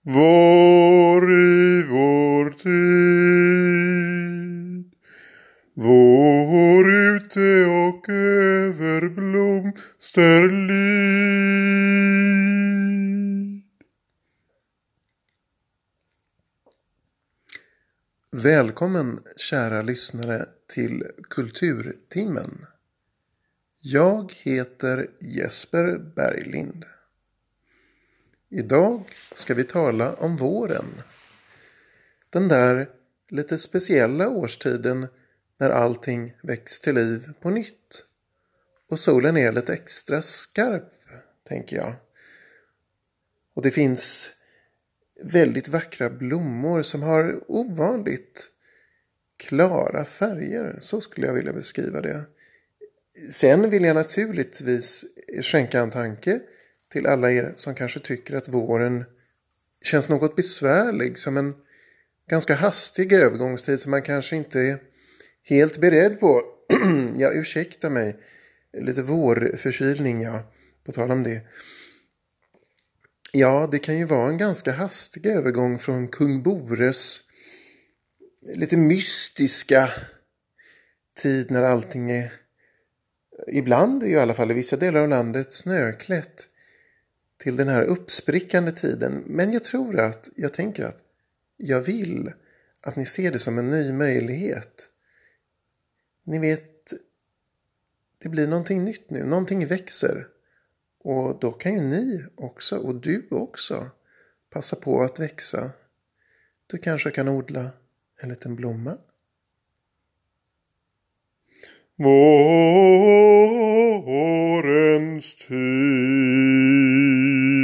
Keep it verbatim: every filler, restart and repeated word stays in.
Var i vår tid, vår ute och över blomsterlid. Välkommen kära lyssnare till Kulturtimmen. Jag heter Jesper Berglind. Idag ska vi tala om våren. Den där lite speciella årstiden när allting väcks till liv på nytt. Och solen är lite extra skarp, tänker jag. Och det finns väldigt vackra blommor som har ovanligt klara färger. Så skulle jag vilja beskriva det. Sen vill jag naturligtvis skänka en tanke till alla er som kanske tycker att våren känns något besvärlig, som en ganska hastig övergångstid som man kanske inte är helt beredd på. Ja, ursäkta mig. Lite vårförkylning, ja. På tal om det. Ja, det kan ju vara en ganska hastig övergång från kung Bores lite mystiska tid när allting är, ibland i alla fall i vissa delar av landet, snöklätt, till den här uppsprickande tiden. Men jag tror att, jag tänker att, jag vill att ni ser det som en ny möjlighet. Ni vet, det blir någonting nytt nu, någonting växer. Och då kan ju ni också, och du också, passa på att växa. Du kanske kan odla en liten blomma. Vårens tid.